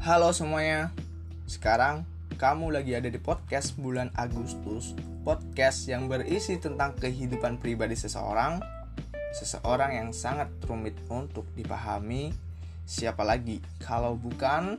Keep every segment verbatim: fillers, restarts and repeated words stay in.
Halo semuanya, sekarang kamu lagi ada di podcast bulan Agustus. Podcast yang berisi tentang kehidupan pribadi seseorang Seseorang yang sangat rumit untuk dipahami. Siapa lagi kalau bukan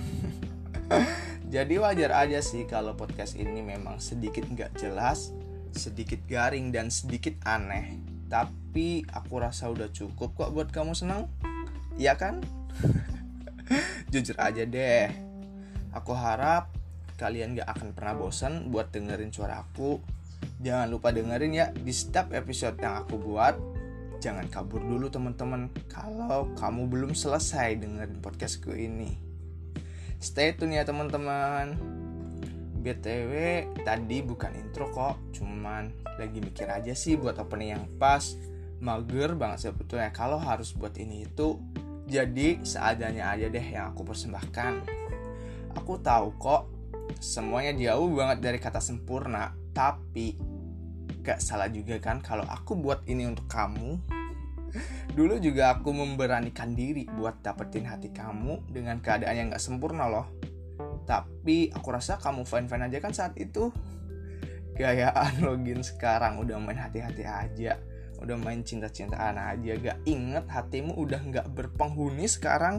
Jadi wajar aja sih kalau podcast ini memang sedikit gak jelas, sedikit garing dan sedikit aneh. Tapi aku rasa udah cukup kok buat kamu senang. Iya kan? Jujur aja deh, aku harap kalian gak akan pernah bosan buat dengerin suara aku. Jangan lupa dengerin ya di setiap episode yang aku buat. Jangan kabur dulu teman-teman kalau kamu belum selesai dengerin podcastku ini. Stay tune ya teman-teman. B T W tadi bukan intro kok, cuman lagi mikir aja sih buat opening yang pas. Mager banget sebetulnya kalau harus buat ini itu. Jadi seadanya aja deh yang aku persembahkan. Aku tahu kok semuanya jauh banget dari kata sempurna, tapi gak salah juga kan kalau aku buat ini untuk kamu. Dulu juga aku memberanikan diri buat dapetin hati kamu dengan keadaan yang gak sempurna loh. Tapi aku rasa kamu fine-fine aja kan saat itu. Gayaan login sekarang udah main hati-hati aja, udah main cinta-cintaan aja, gak inget hatimu udah gak berpenghuni sekarang.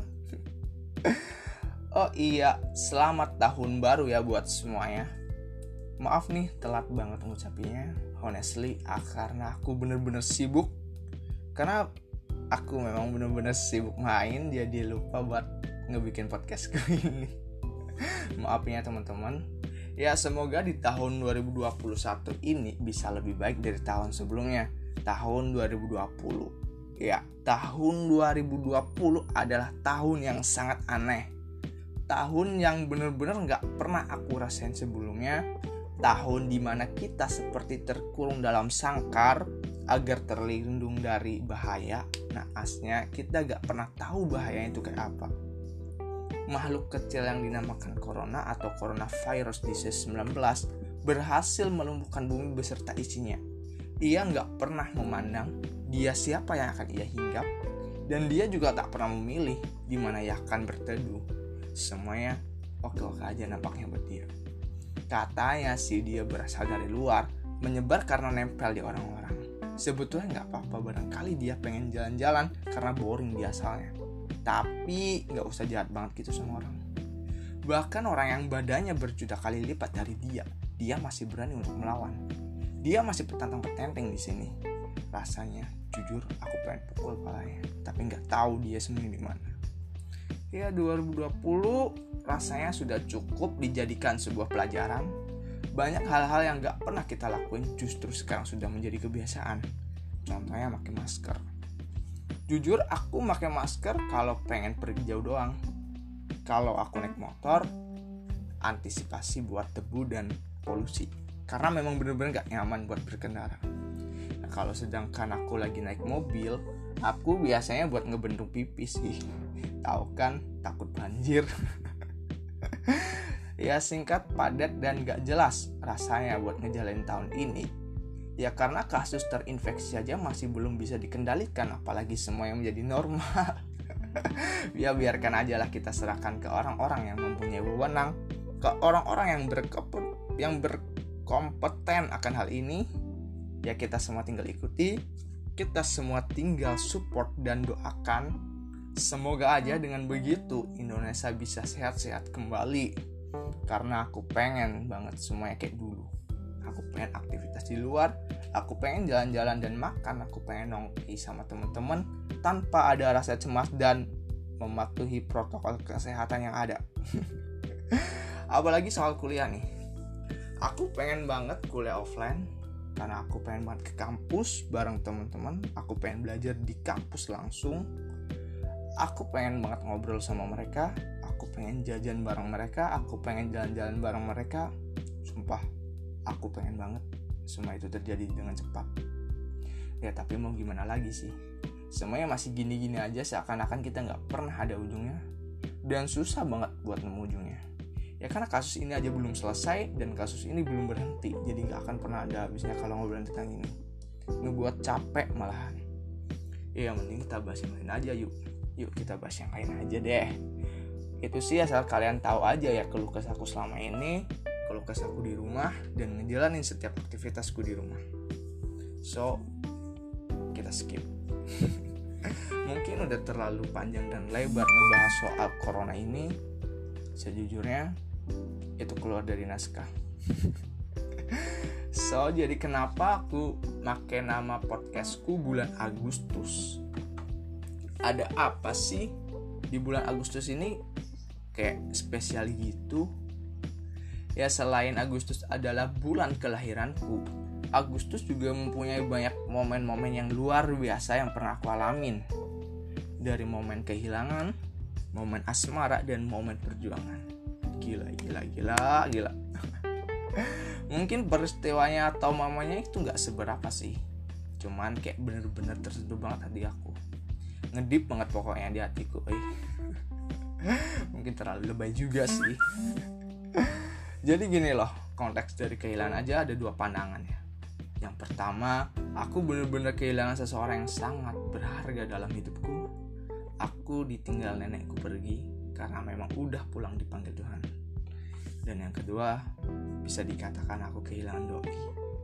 Oh iya, selamat tahun baru ya buat semuanya. Maaf nih telat banget ngucapinnya, honestly, ah, karena aku bener-bener sibuk. Karena aku memang bener-bener sibuk main, jadi lupa buat ngebikin podcastku ini. Maafnya teman-teman. Ya semoga di tahun dua ribu dua puluh satu ini bisa lebih baik dari tahun sebelumnya, tahun dua ribu dua puluh. Ya, tahun dua ribu dua puluh adalah tahun yang sangat aneh. Tahun yang benar-benar gak pernah aku rasain sebelumnya. Tahun dimana kita seperti terkurung dalam sangkar agar terlindung dari bahaya. Naasnya kita gak pernah tahu bahayanya itu kayak apa. Makhluk kecil yang dinamakan corona atau coronavirus disease sembilan belas berhasil melumpuhkan bumi beserta isinya. Ia gak pernah memandang dia siapa yang akan ia hinggap, dan dia juga tak pernah memilih di mana ia akan berteduh. Semuanya oke-oke aja nampaknya buat dia. Katanya sih dia berasal dari luar, menyebar karena nempel di orang-orang. Sebetulnya gak apa-apa, barangkali dia pengen jalan-jalan karena boring di asalnya. Tapi gak usah jahat banget gitu sama orang. Bahkan orang yang badannya berjuta kali lipat dari dia, dia masih berani untuk melawan. Dia masih petantang-petenteng di sini. Rasanya jujur aku pengen pukul kepalanya, tapi gak tahu dia sembunyi di mana. Ya dua ribu dua puluh rasanya sudah cukup dijadikan sebuah pelajaran. Banyak hal-hal yang gak pernah kita lakuin justru sekarang sudah menjadi kebiasaan. Contohnya pakai masker. Jujur aku pakai masker kalau pengen pergi jauh doang. Kalau aku naik motor, antisipasi buat debu dan polusi, karena memang bener-bener gak nyaman buat berkendara. Nah, kalau sedangkan aku lagi naik mobil, aku biasanya buat ngebendung pipis sih. Tahu kan, takut banjir. Ya singkat, padat, dan gak jelas rasanya buat ngejalanin tahun ini. Ya karena kasus terinfeksi aja masih belum bisa dikendalikan, apalagi semua yang menjadi normal. Ya biarkan aja lah, kita serahkan ke orang-orang yang mempunyai wewenang, ke orang-orang yang berkeput, yang berkompeten akan hal ini. Ya kita semua tinggal ikuti, kita semua tinggal support dan doakan. Semoga aja dengan begitu Indonesia bisa sehat-sehat kembali. Karena aku pengen banget semuanya kayak dulu. Aku pengen aktivitas di luar, aku pengen jalan-jalan dan makan, aku pengen nongki sama teman-teman tanpa ada rasa cemas dan mematuhi protokol kesehatan yang ada. Apalagi soal kuliah nih. Aku pengen banget kuliah offline karena aku pengen banget ke kampus bareng teman-teman. Aku pengen belajar di kampus langsung. Aku pengen banget ngobrol sama mereka. Aku pengen jajan bareng mereka. Aku pengen jalan-jalan bareng mereka. Sumpah, aku pengen banget semua itu terjadi dengan cepat. Ya tapi mau gimana lagi sih, semuanya masih gini-gini aja, seakan-akan kita gak pernah ada ujungnya. Dan susah banget buat nemu ujungnya. Ya karena kasus ini aja belum selesai, dan kasus ini belum berhenti. Jadi gak akan pernah ada habisnya kalau ngobrolin tentang ini. Ngebuat capek malahan. Ya mending kita bahas yang lain aja yuk. Yuk kita bahas yang lain aja deh. Itu sih asal kalian tahu aja ya keluh kesahku selama ini, keluh kesahku di rumah, dan ngejalanin setiap aktivitasku di rumah. So, kita skip. Mungkin udah terlalu panjang dan lebar ngebahas soal corona ini. Sejujurnya, itu keluar dari naskah. So, jadi kenapa aku pakai nama podcastku bulan Agustus? Ada apa sih di bulan Agustus ini kayak spesial gitu? Ya, selain Agustus adalah bulan kelahiranku, Agustus juga mempunyai banyak momen-momen yang luar biasa yang pernah aku alamin. Dari momen kehilangan, momen asmara, dan momen perjuangan. Gila, gila, gila, gila. Mungkin peristiwanya atau mamanya itu gak seberapa sih, cuman kayak bener-bener tersentuh banget hati aku. Ngedip banget pokoknya di hatiku. eh. Mungkin terlalu lebay juga sih. Jadi gini loh, konteks dari kehilangan aja ada dua pandangan ya. Yang pertama, aku bener-bener kehilangan seseorang yang sangat berharga dalam hidupku. Aku ditinggal nenekku pergi karena memang udah pulang dipanggil Tuhan. Dan yang kedua, bisa dikatakan aku kehilangan doi.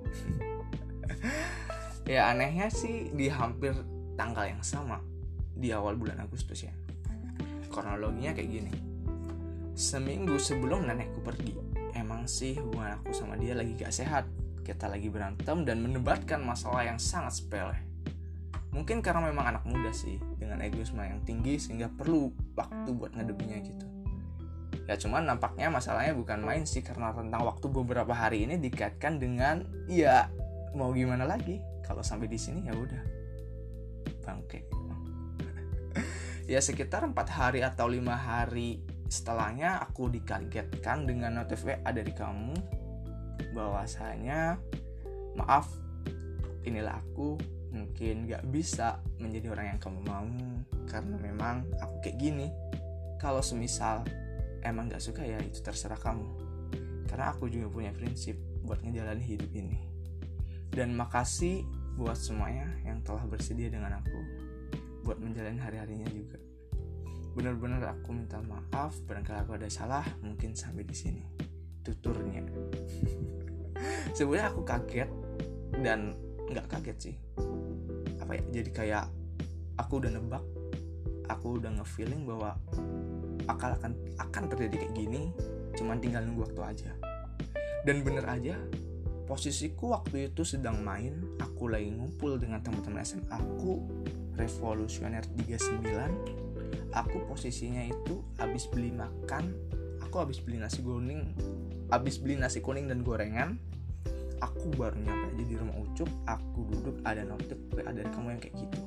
Ya anehnya sih di hampir tanggal yang sama, di awal bulan Agustus ya. Kronologinya kayak gini. Seminggu sebelum nenekku pergi, emang sih hubungan aku sama dia lagi gak sehat. Kita lagi berantem dan mendebatkan masalah yang sangat sepele. Mungkin karena memang anak muda sih, dengan egoisme yang tinggi sehingga perlu waktu buat ngedepinya gitu. Ya cuman nampaknya masalahnya bukan main sih, karena tentang waktu beberapa hari ini dikaitkan dengan ya mau gimana lagi, kalau sampai di sini ya udah bangke. Ya sekitar empat hari atau lima hari setelahnya aku dikagetkan dengan notif W A dari kamu bahwasanya maaf, inilah aku mungkin gak bisa menjadi orang yang kamu mau karena memang aku kayak gini. Kalau semisal emang gak suka ya itu terserah kamu, karena aku juga punya prinsip buat ngejalanin hidup ini. Dan makasih buat semuanya yang telah bersedia dengan aku buat menjalani hari-harinya juga. Benar-benar aku minta maaf barangkali aku ada salah, mungkin sampai di sini tuturnya. Sebenarnya aku kaget dan nggak kaget sih, apa ya, jadi kayak aku udah nebak, aku udah nge-feeling bahwa akal akan akan terjadi kayak gini, cuman tinggal nunggu waktu aja. Dan bener aja, posisiku waktu itu sedang main, aku lagi ngumpul dengan teman-teman S M A aku, Revolusioner tiga puluh sembilan. Aku posisinya itu habis beli makan, aku habis beli nasi kuning, habis beli nasi kuning dan gorengan. Aku baru nyampe aja di rumah Ucup, aku duduk ada notif W A dari kamu yang kayak gitu.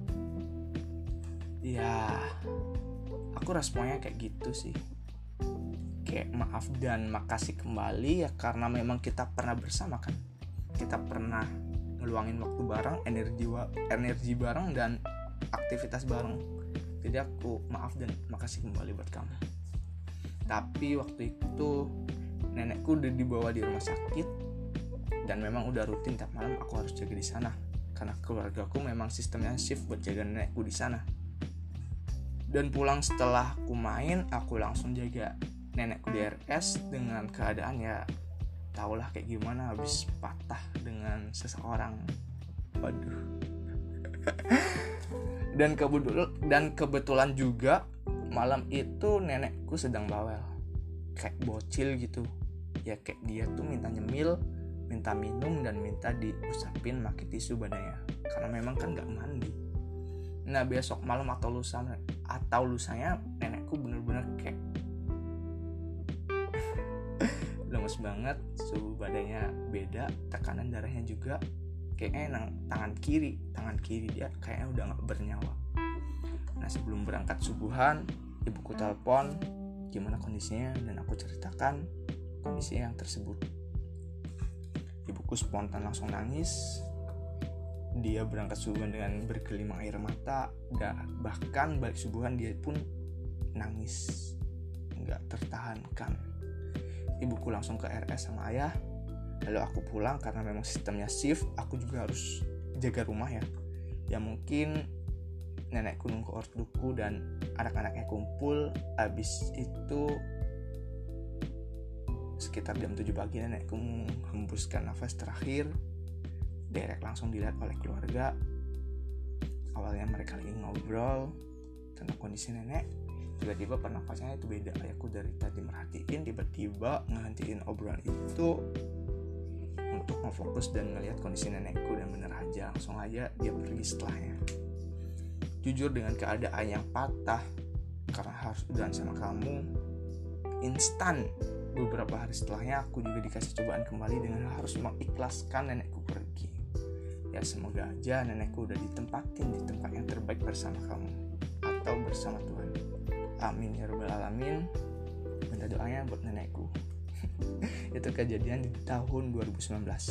Ya, aku responnya kayak gitu sih. Kayak maaf dan makasih kembali ya, karena memang kita pernah bersama kan. Kita pernah ngeluangin waktu bareng, energi wa- energi bareng dan aktivitas bareng. Jadi aku maaf dan makasih kembali buat kamu. Tapi waktu itu nenekku udah dibawa di rumah sakit dan memang udah rutin tiap malam aku harus jaga di sana karena keluargaku memang sistemnya shift buat jaga nenekku di sana. Dan pulang setelah aku main, aku langsung jaga nenekku di R S dengan keadaan ya tahulah kayak gimana, habis patah dengan seseorang. Waduh. Dan kebetulan dan kebetulan juga malam itu nenekku sedang bawel, kayak bocil gitu. Ya kayak dia tuh minta nyemil, minta minum dan minta diusapin pakai tisu badannya karena memang kan nggak mandi. Nah besok malam atau lusa atau lusanya nenekku bener-bener kayak lemes banget, suhu badannya beda, tekanan darahnya juga kayaknya nang tangan kiri tangan kiri dia kayaknya udah nggak bernyawa. Nah sebelum berangkat subuhan, ibuku telepon gimana kondisinya dan aku ceritakan kondisi yang tersebut. Ibuku spontan langsung nangis. Dia berangkat subuhan dengan bergelimang air mata, dan bahkan balik subuhan dia pun nangis, nggak tertahankan. Ibuku langsung ke R S sama ayah. Lalu aku pulang karena memang sistemnya shift. Aku juga harus jaga rumah ya. Ya mungkin nenekku nunggu ortuku dan anak-anaknya kumpul. Abis itu sekitar jam tujuh pagi nenekku menghembuskan nafas terakhir. Derek langsung dilihat oleh keluarga. Awalnya mereka lagi ngobrol tentang kondisi nenek. Tiba-tiba pernafasannya itu beda. Ayahku dari tadi merhatiin, tiba-tiba ngehentiin obrolan itu untuk ngefokus dan ngelihat kondisi nenekku, dan bener aja langsung aja dia pergi setelahnya. Jujur dengan keadaan yang patah karena harus udahan sama kamu, instan beberapa hari setelahnya aku juga dikasih cobaan kembali dengan harus mengikhlaskan nenekku pergi. Ya semoga aja nenekku udah ditempatin di tempat yang terbaik bersama kamu atau bersama Tuhan. Amin ya rabbal alamin. Minta doanya buat nenekku. Itu kejadian di tahun dua ribu sembilan belas.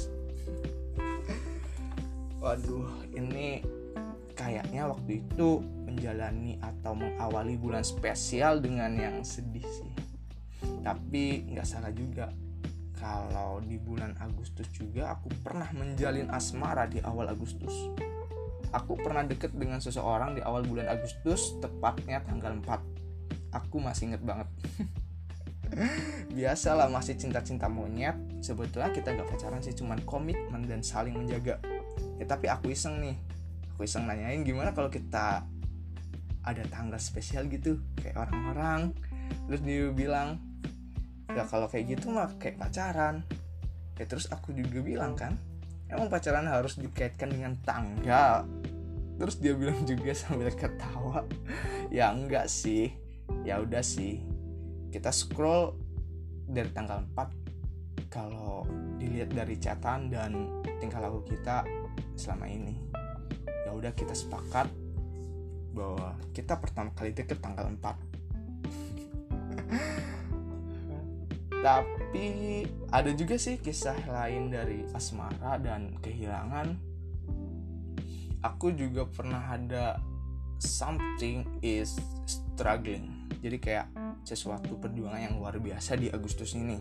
Waduh, ini kayaknya waktu itu menjalani atau mengawali bulan spesial dengan yang sedih sih. Tapi gak salah juga, kalau di bulan Agustus juga aku pernah menjalin asmara di awal Agustus. Aku pernah deket dengan seseorang di awal bulan Agustus, tepatnya tanggal empat. Aku masih inget banget. Biasalah masih cinta-cinta monyet. Sebetulnya kita gak pacaran sih, cuman komitmen dan saling menjaga. Ya tapi aku iseng nih Aku iseng nanyain gimana kalau kita ada tanggal spesial gitu kayak orang-orang. Terus dia bilang, ya kalau kayak gitu mah kayak pacaran. Ya terus aku juga bilang kan, emang pacaran harus dikaitkan dengan tanggal? Terus dia bilang juga sambil ketawa, ya enggak sih. Ya udah sih, kita scroll dari tanggal empat. Kalau dilihat dari catatan dan tingkah laku kita selama ini, ya udah kita sepakat bahwa kita pertama kali deket tanggal empat. Tapi ada juga sih kisah lain dari asmara dan kehilangan. Aku juga pernah ada something is struggling. Jadi kayak sesuatu perjuangan yang luar biasa di Agustus ini.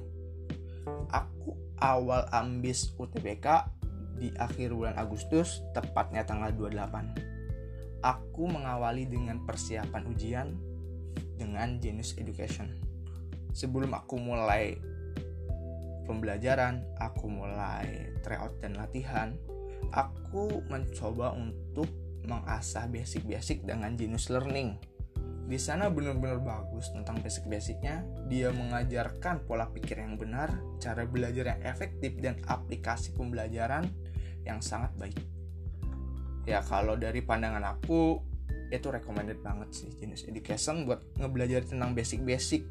Aku awal ambis U T B K di akhir bulan Agustus, tepatnya tanggal dua puluh delapan. Aku mengawali dengan persiapan ujian dengan Genius Education. Sebelum aku mulai pembelajaran, aku mulai tryout dan latihan, aku mencoba untuk mengasah basic-basic dengan Genius Learning. Di sana benar-benar bagus tentang basic-basicnya. Dia mengajarkan pola pikir yang benar, cara belajar yang efektif, dan aplikasi pembelajaran yang sangat baik. Ya kalau dari pandangan aku, itu recommended banget sih Genius Education buat ngebelajar tentang basic-basic.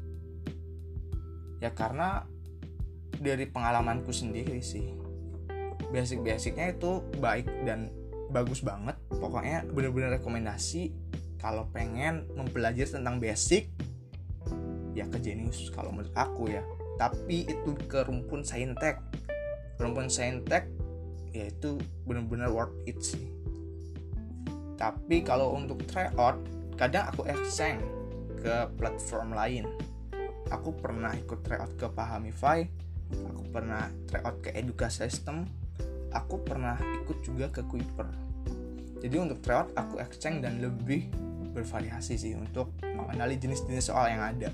Ya karena dari pengalamanku sendiri sih, basic-basicnya itu baik dan bagus banget. Pokoknya benar-benar rekomendasi kalau pengen mempelajari tentang basic, ya ke Genius kalau menurut aku ya. Tapi itu ke rumpun saintek. Rumpun saintek ya itu benar-benar worth it sih. Tapi kalau untuk tryout, kadang aku exchange ke platform lain. Aku pernah ikut tryout ke Pahamify, aku pernah tryout ke Educasi System, aku pernah ikut juga ke Kuiper. Jadi untuk tryout aku exchange dan lebih bervariasi sih untuk mengenali jenis-jenis soal yang ada.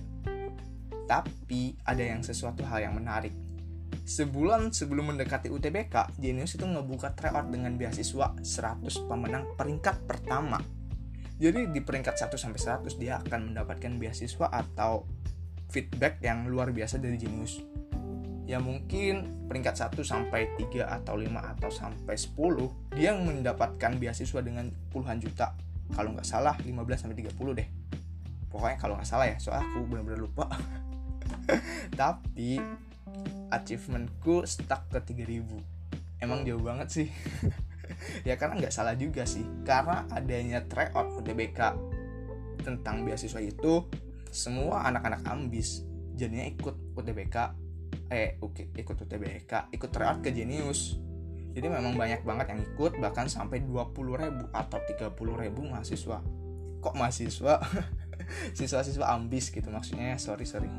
Tapi ada yang sesuatu hal yang menarik. Sebulan sebelum mendekati U T B K, Genius itu ngebuka tryout dengan beasiswa seratus pemenang peringkat pertama. Jadi di peringkat satu sampai seratus dia akan mendapatkan beasiswa atau feedback yang luar biasa dari Genius. Ya mungkin peringkat satu sampai tiga atau lima atau sampai sepuluh dia mendapatkan beasiswa dengan puluhan juta. Kalau nggak salah lima belas sampai tiga puluh deh. Pokoknya kalau nggak salah ya, soalnya aku benar-benar lupa. Tapi achievementku stuck ke tiga ribu. Emang jauh banget sih. Ya karena nggak salah juga sih. Karena adanya tryout U T B K tentang beasiswa itu, semua anak-anak ambis jadinya ikut U T B K. Eh ikut U T B K, ikut tryout ke Genius. Jadi memang banyak banget yang ikut, bahkan sampai dua puluh ribu atau tiga puluh ribu mahasiswa. Kok mahasiswa? Siswa-siswa ambis gitu maksudnya, sorry sorry.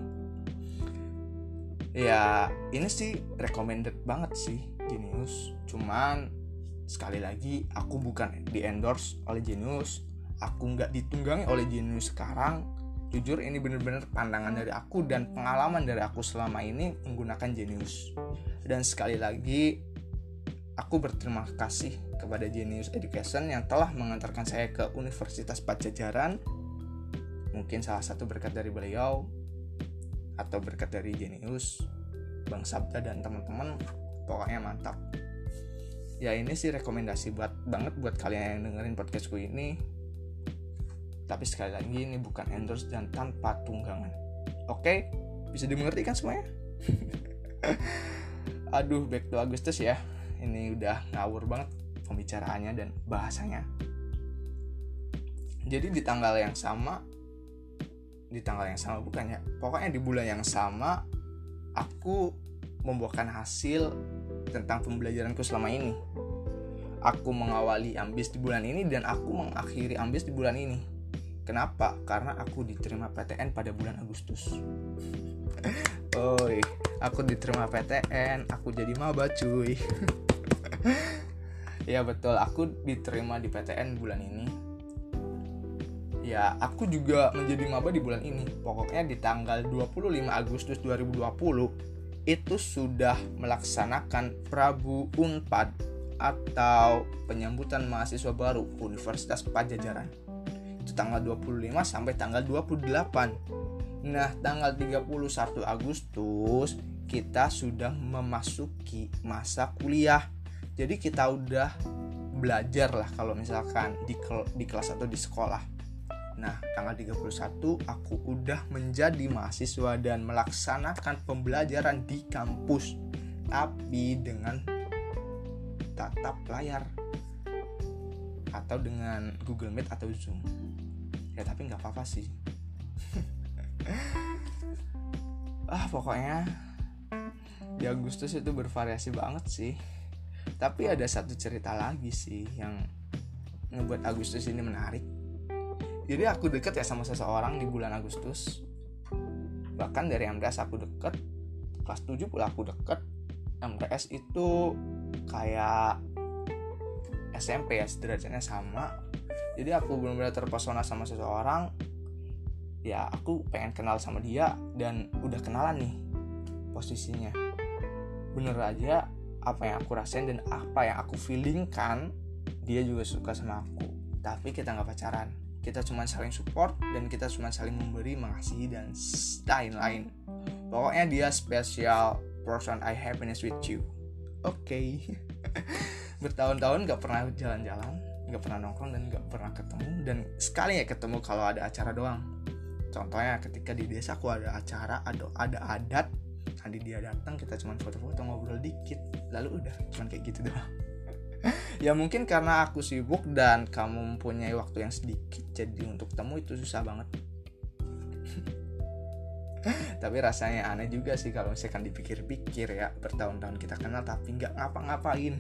Ya ini sih recommended banget sih Genius. Cuman sekali lagi aku bukan di endorse oleh Genius. aku nggak ditunggangi oleh jenius sekarang, jujur ini benar-benar pandangan dari aku dan pengalaman dari aku selama ini menggunakan jenius. Dan sekali lagi aku berterima kasih kepada Genius Education yang telah mengantarkan saya ke Universitas Padjadjaran. Mungkin salah satu berkat dari beliau atau berkat dari Genius, Bang Sabda dan teman-teman. Pokoknya mantap. Ya ini sih rekomendasi buat banget buat kalian yang dengerin podcastku ini. Tapi sekali lagi ini bukan endorse dan tanpa tunggangan. Oke, bisa dimengerti kan semuanya? Aduh, back to Agustus ya. Ini udah ngawur banget pembicaraannya dan bahasanya. Jadi di tanggal yang sama, di tanggal yang sama bukan ya, pokoknya di bulan yang sama, aku membuahkan hasil tentang pembelajaranku selama ini. Aku mengawali Ambis di bulan ini dan aku mengakhiri Ambis di bulan ini. Kenapa? Karena aku diterima P T N pada bulan Agustus. Oi, aku diterima P T N, aku jadi maba cuy. Ya betul, aku diterima di P T N bulan ini. Ya, aku juga menjadi maba di bulan ini. Pokoknya di tanggal dua puluh lima Agustus dua ribu dua puluh itu sudah melaksanakan Prabu Unpad atau penyambutan mahasiswa baru Universitas Padjadjaran. Itu tanggal dua puluh lima sampai tanggal dua puluh delapan. Nah, tanggal tiga puluh satu Agustus kita sudah memasuki masa kuliah. Jadi kita udah belajar lah kalau misalkan di, kel- di kelas atau di sekolah. Nah, tanggal tiga puluh satu aku udah menjadi mahasiswa dan melaksanakan pembelajaran di kampus, tapi dengan tatap layar atau dengan Google Meet atau Zoom. Ya tapi nggak apa-apa sih. Ah pokoknya di Agustus itu bervariasi banget sih. Tapi ada satu cerita lagi sih yang ngebuat Agustus ini menarik. Jadi aku deket ya sama seseorang di bulan Agustus. Bahkan dari M T S aku deket, kelas tujuh pula aku deket. M T S itu kayak S M P ya, derajatnya sama. Jadi aku benar-benar terpesona sama seseorang. Ya aku pengen kenal sama dia dan udah kenalan nih posisinya. Bener aja apa yang aku rasain dan apa yang aku feelingkan, dia juga suka sama aku. Tapi kita gak pacaran, kita cuma saling support dan kita cuma saling memberi, mengasihi dan lain-lain. Pokoknya dia special person I happiness with you. Oke. Okay. Bertahun-tahun gak pernah jalan-jalan, gak pernah nongkrong dan gak pernah ketemu. Dan sekali ya ketemu kalau ada acara doang. Contohnya ketika di desa aku ada acara, ada, ada adat, nanti dia datang, kita cuma foto-foto, ngobrol dikit, lalu udah, cuma kayak gitu doang. Ya mungkin karena aku sibuk dan kamu mempunyai waktu yang sedikit, jadi untuk ketemu itu susah banget. Tapi rasanya aneh juga sih kalau misalkan dipikir-pikir ya, bertahun-tahun kita kenal tapi gak ngapa-ngapain.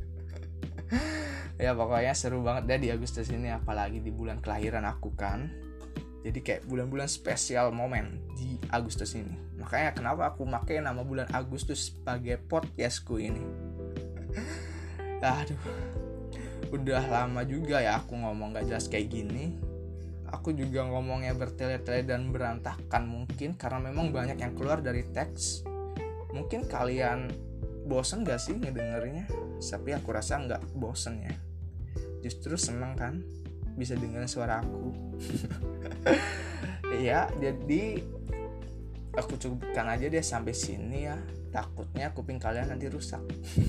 Ya pokoknya seru banget deh di Agustus ini, apalagi di bulan kelahiran aku kan. Jadi kayak bulan-bulan spesial momen di Agustus ini. Makanya kenapa aku pakai nama bulan Agustus sebagai podcastku ini. Aduh, udah lama juga ya aku ngomong gak jelas kayak gini. Aku juga ngomongnya bertele-tele dan berantakan mungkin karena memang banyak yang keluar dari teks. Mungkin kalian bosen gak sih ngedengerinnya? Tapi aku rasa gak bosen ya. Justru seneng kan bisa dengerin suara aku. Ya jadi aku cukupkan aja deh sampai sini ya. Takutnya kuping kalian nanti rusak.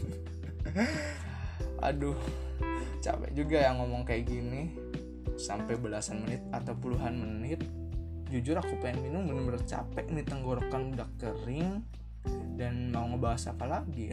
Aduh, capek juga ya ngomong kayak gini sampai belasan menit atau puluhan menit. Jujur aku pengen minum, bener-bener capek nih, tenggorokan udah kering. Dan mau ngebahas apa lagi ya?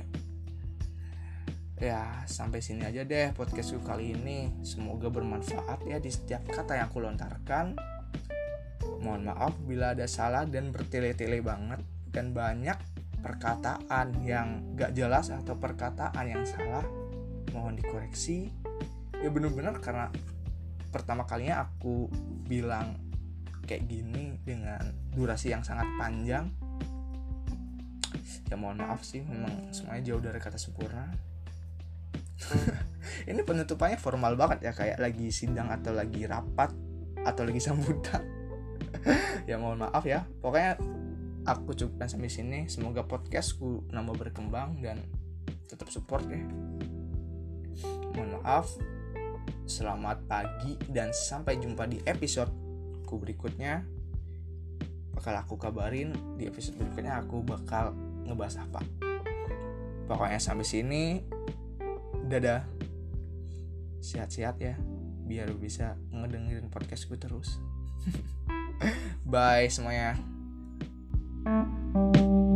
Ya sampai sini aja deh podcastku kali ini. Semoga bermanfaat ya di setiap kata yang aku lontarkan. Mohon maaf bila ada salah dan bertele-tele banget, dan banyak perkataan yang gak jelas atau perkataan yang salah, mohon dikoreksi. Ya bener-bener karena pertama kalinya aku bilang kayak gini dengan durasi yang sangat panjang. Ya mohon maaf sih, memang semuanya jauh dari kata sempurna. Ini penutupannya formal banget ya, kayak lagi sidang atau lagi rapat atau lagi sambutan. Ya mohon maaf ya. Pokoknya aku cukupkan sampai sini. Semoga podcastku nambah berkembang dan tetap support ya. Mohon maaf. Selamat pagi dan sampai jumpa di episodeku berikutnya. Bakal aku kabarin di episode berikutnya aku bakal ngebahas apa. Pokoknya sampai sini. Dadah. Sehat-sehat ya, biar bisa ngedengerin podcastku terus. Bye semuanya.